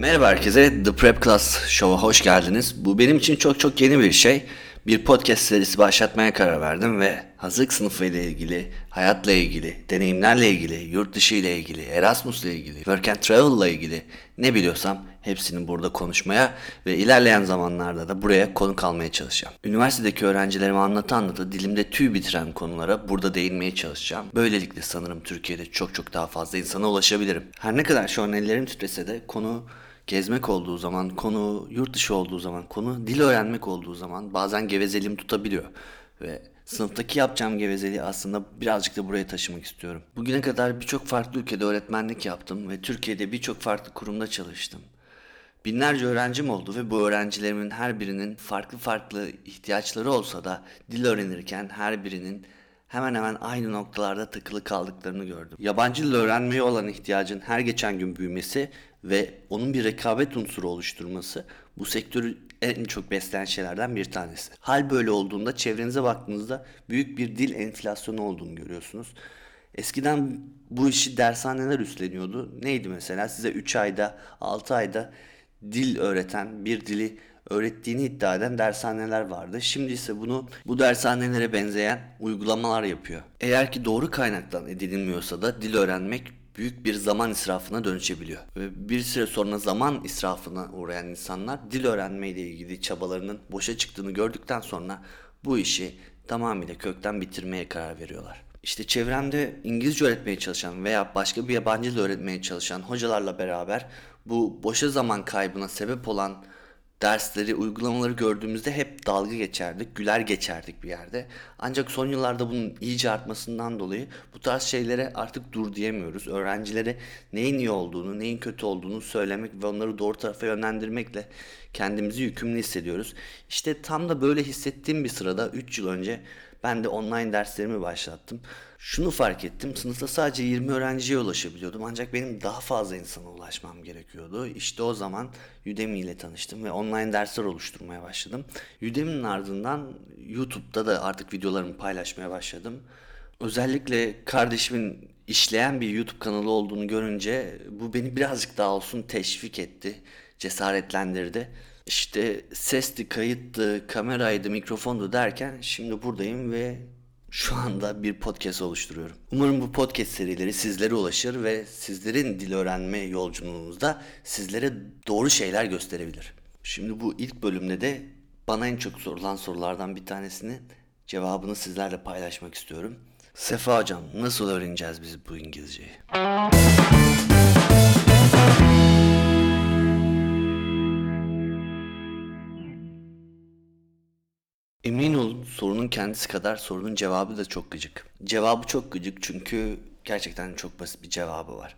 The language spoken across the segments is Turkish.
Merhaba herkese, The Prep Class Show'a hoş geldiniz. Bu benim için çok yeni bir şey. Bir podcast serisi başlatmaya karar verdim ve hazırlık sınıfı ile ilgili, hayatla ilgili, deneyimlerle ilgili, yurt dışı ile ilgili, Erasmus ile ilgili, Work and Travel ile ilgili ne biliyorsam hepsini burada konuşmaya ve ilerleyen zamanlarda da buraya konuk almaya çalışacağım. Üniversitedeki öğrencilerime anlata dilimde tüy bitiren konulara burada değinmeye çalışacağım. Böylelikle sanırım Türkiye'de çok daha fazla insana ulaşabilirim. Her ne kadar şu an ellerim titrese de konu gezmek olduğu zaman, konu yurt dışı olduğu zaman, konu dil öğrenmek olduğu zaman bazen gevezeliğim tutabiliyor. Ve sınıftaki yapacağım gevezeliği aslında birazcık da buraya taşımak istiyorum. Bugüne kadar birçok farklı ülkede öğretmenlik yaptım ve Türkiye'de birçok farklı kurumda çalıştım. Binlerce öğrencim oldu ve bu öğrencilerimin her birinin farklı ihtiyaçları olsa da dil öğrenirken her birinin hemen hemen aynı noktalarda takılı kaldıklarını gördüm. Yabancı dil öğrenmeye olan ihtiyacın her geçen gün büyümesi ve onun bir rekabet unsuru oluşturması bu sektörü en çok besleyen şeylerden bir tanesi. Hal böyle olduğunda çevrenize baktığınızda büyük bir dil enflasyonu olduğunu görüyorsunuz. Eskiden bu işi dershaneler üstleniyordu. Neydi mesela? Size 3 ayda, 6 ayda dil öğreten, bir dili öğrettiğini iddia eden dershaneler vardı. Şimdi ise bunu bu dershanelere benzeyen uygulamalar yapıyor. Eğer ki doğru kaynaktan edinilmiyorsa da dil öğrenmek büyük bir zaman israfına dönüşebiliyor. Ve bir süre sonra zaman israfına uğrayan insanlar dil öğrenmeyle ilgili çabalarının boşa çıktığını gördükten sonra bu işi tamamıyla kökten bitirmeye karar veriyorlar. İşte çevremde İngilizce öğretmeye çalışan veya başka bir yabancı dil öğretmeye çalışan hocalarla beraber bu boşa zaman kaybına sebep olan dersleri, uygulamaları gördüğümüzde hep dalga geçerdik, güler geçerdik bir yerde. Ancak son yıllarda bunun iyice artmasından dolayı bu tarz şeylere artık dur diyemiyoruz. Öğrencilere neyin iyi olduğunu, neyin kötü olduğunu söylemek ve onları doğru tarafa yönlendirmekle kendimizi yükümlü hissediyoruz. İşte tam da böyle hissettiğim bir sırada 3 yıl önce ben de online derslerimi başlattım. Şunu fark ettim, sınıfta sadece 20 öğrenciye ulaşabiliyordum ancak benim daha fazla insana ulaşmam gerekiyordu. İşte o zaman Udemy ile tanıştım ve online dersler oluşturmaya başladım. Udemy'nin ardından YouTube'da da artık videolarımı paylaşmaya başladım. Özellikle kardeşimin işleyen bir YouTube kanalı olduğunu görünce bu beni birazcık daha olsun teşvik etti, cesaretlendirdi. İşte sesti, kayıttı, kameraydı, mikrofondu derken şimdi buradayım ve şu anda bir podcast oluşturuyorum. Umarım bu podcast serileri sizlere ulaşır ve sizlerin dil öğrenme yolculuğunuzda sizlere doğru şeyler gösterebilir. Şimdi bu ilk bölümde de bana en çok sorulan sorulardan bir tanesinin cevabını sizlerle paylaşmak istiyorum. Sefa hocam, nasıl öğreneceğiz biz bu İngilizceyi? Emin olun sorunun kendisi kadar sorunun cevabı da çok gıcık. Cevabı çok gıcık çünkü gerçekten çok basit bir cevabı var.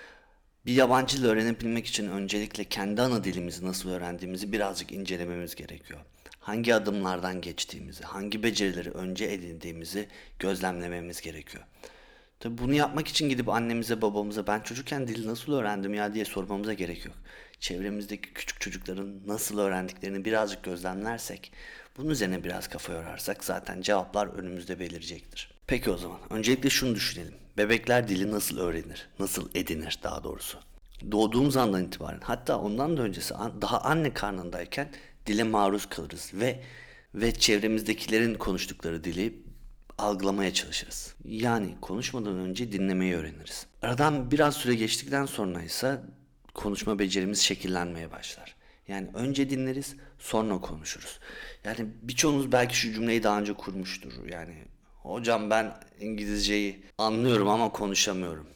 Bir yabancı dil öğrenebilmek için öncelikle kendi ana dilimizi nasıl öğrendiğimizi birazcık incelememiz gerekiyor. Hangi adımlardan geçtiğimizi, hangi becerileri önce edindiğimizi gözlemlememiz gerekiyor. Tabii bunu yapmak için gidip annemize babamıza ben çocukken dili nasıl öğrendim ya diye sormamıza gerek yok. Çevremizdeki küçük çocukların nasıl öğrendiklerini birazcık gözlemlersek, bunun üzerine biraz kafa yorarsak zaten cevaplar önümüzde belirecektir. Peki o zaman öncelikle şunu düşünelim. Bebekler dili nasıl öğrenir, nasıl edinir daha doğrusu? Doğduğumuz andan itibaren hatta ondan da öncesi daha anne karnındayken dile maruz kalırız ve çevremizdekilerin konuştukları dili algılamaya çalışırız. Yani konuşmadan önce dinlemeyi öğreniriz. Aradan biraz süre geçtikten sonra ise konuşma becerimiz şekillenmeye başlar. Yani önce dinleriz, sonra konuşuruz. Yani birçoğunuz belki şu cümleyi daha önce kurmuştur. Yani hocam ben İngilizceyi anlıyorum ama konuşamıyorum.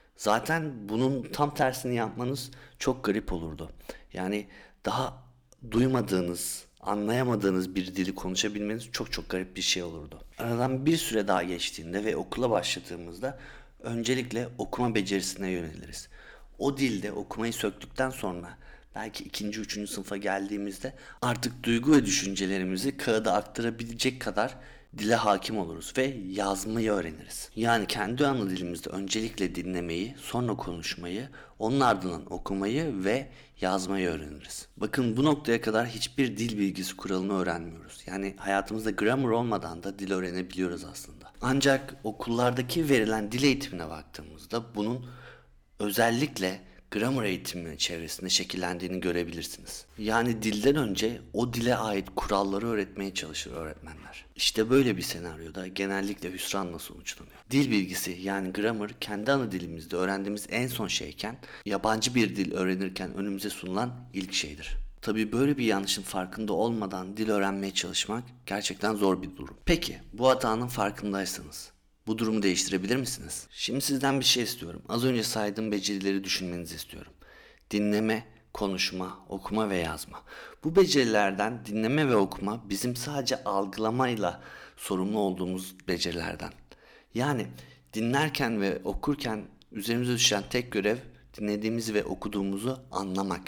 Zaten bunun tam tersini yapmanız çok garip olurdu. Yani daha duymadığınız, anlayamadığınız bir dili konuşabilmeniz çok garip bir şey olurdu. Aradan bir süre daha geçtiğinde ve okula başladığımızda öncelikle okuma becerisine yöneliriz. O dilde okumayı söktükten sonra belki ikinci, üçüncü sınıfa geldiğimizde artık duygu ve düşüncelerimizi kağıda aktarabilecek kadar dile hakim oluruz ve yazmayı öğreniriz. Yani kendi ana dilimizde öncelikle dinlemeyi, sonra konuşmayı, onun ardından okumayı ve yazmayı öğreniriz. Bakın bu noktaya kadar hiçbir dil bilgisi kuralını öğrenmiyoruz. Yani hayatımızda grammar olmadan da dil öğrenebiliyoruz aslında. Ancak okullardaki verilen dil eğitimine baktığımızda bunun özellikle gramer eğitimi çevresinde şekillendiğini görebilirsiniz. Yani dilden önce o dile ait kuralları öğretmeye çalışır öğretmenler. İşte böyle bir senaryoda genellikle hüsranla sonuçlanıyor. Dil bilgisi yani gramer kendi ana dilimizde öğrendiğimiz en son şeyken, yabancı bir dil öğrenirken önümüze sunulan ilk şeydir. Tabii böyle bir yanlışın farkında olmadan dil öğrenmeye çalışmak gerçekten zor bir durum. Peki bu hatanın farkındaysanız bu durumu değiştirebilir misiniz? Şimdi sizden bir şey istiyorum. Az önce saydığım becerileri düşünmenizi istiyorum. Dinleme, konuşma, okuma ve yazma. Bu becerilerden dinleme ve okuma bizim sadece algılamayla sorumlu olduğumuz becerilerden. Yani dinlerken ve okurken üzerimize düşen tek görev dinlediğimizi ve okuduğumuzu anlamak.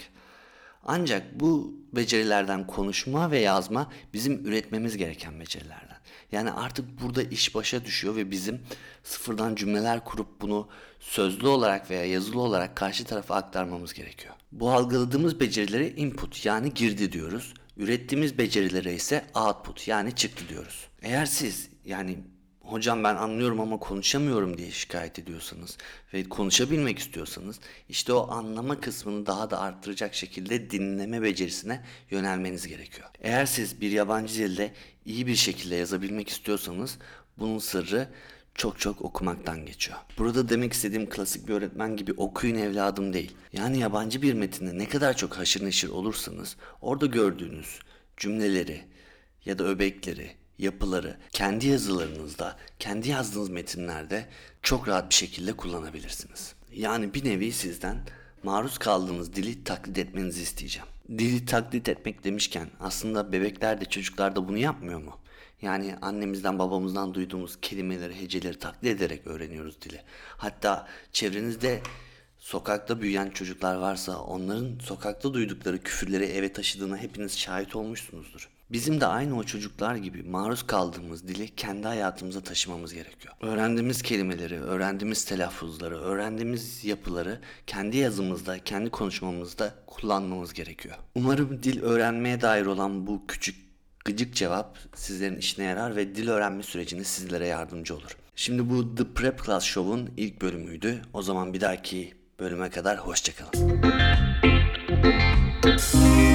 Ancak bu becerilerden konuşma ve yazma bizim üretmemiz gereken becerilerden. Yani artık burada iş başa düşüyor ve bizim sıfırdan cümleler kurup bunu sözlü olarak veya yazılı olarak karşı tarafa aktarmamız gerekiyor. Bu algıladığımız becerilere input yani girdi diyoruz. Ürettiğimiz becerilere ise output yani çıktı diyoruz. Eğer siz yani hocam ben anlıyorum ama konuşamıyorum diye şikayet ediyorsanız ve konuşabilmek istiyorsanız işte o anlama kısmını daha da arttıracak şekilde dinleme becerisine yönelmeniz gerekiyor. Eğer siz bir yabancı dilde iyi bir şekilde yazabilmek istiyorsanız bunun sırrı çok okumaktan geçiyor. Burada demek istediğim klasik bir öğretmen gibi okuyun evladım değil. Yani yabancı bir metinde ne kadar çok haşır neşir olursanız orada gördüğünüz cümleleri ya da öbekleri, yapıları kendi yazılarınızda, kendi yazdığınız metinlerde çok rahat bir şekilde kullanabilirsiniz. Yani bir nevi sizden maruz kaldığınız dili taklit etmenizi isteyeceğim. Dili taklit etmek demişken aslında bebekler de çocuklar da bunu yapmıyor mu? Yani annemizden babamızdan duyduğumuz kelimeleri, heceleri taklit ederek öğreniyoruz dili. Hatta çevrenizde sokakta büyüyen çocuklar varsa onların sokakta duydukları küfürleri eve taşıdığına hepiniz şahit olmuşsunuzdur. Bizim de aynı o çocuklar gibi maruz kaldığımız dili kendi hayatımıza taşımamız gerekiyor. Öğrendiğimiz kelimeleri, öğrendiğimiz telaffuzları, öğrendiğimiz yapıları kendi yazımızda, kendi konuşmamızda kullanmamız gerekiyor. Umarım dil öğrenmeye dair olan bu küçük gıcık cevap sizlerin işine yarar ve dil öğrenme sürecinde sizlere yardımcı olur. Şimdi bu The Prep Class Show'un ilk bölümüydü. O zaman bir dahaki bölüme kadar hoşça kalın.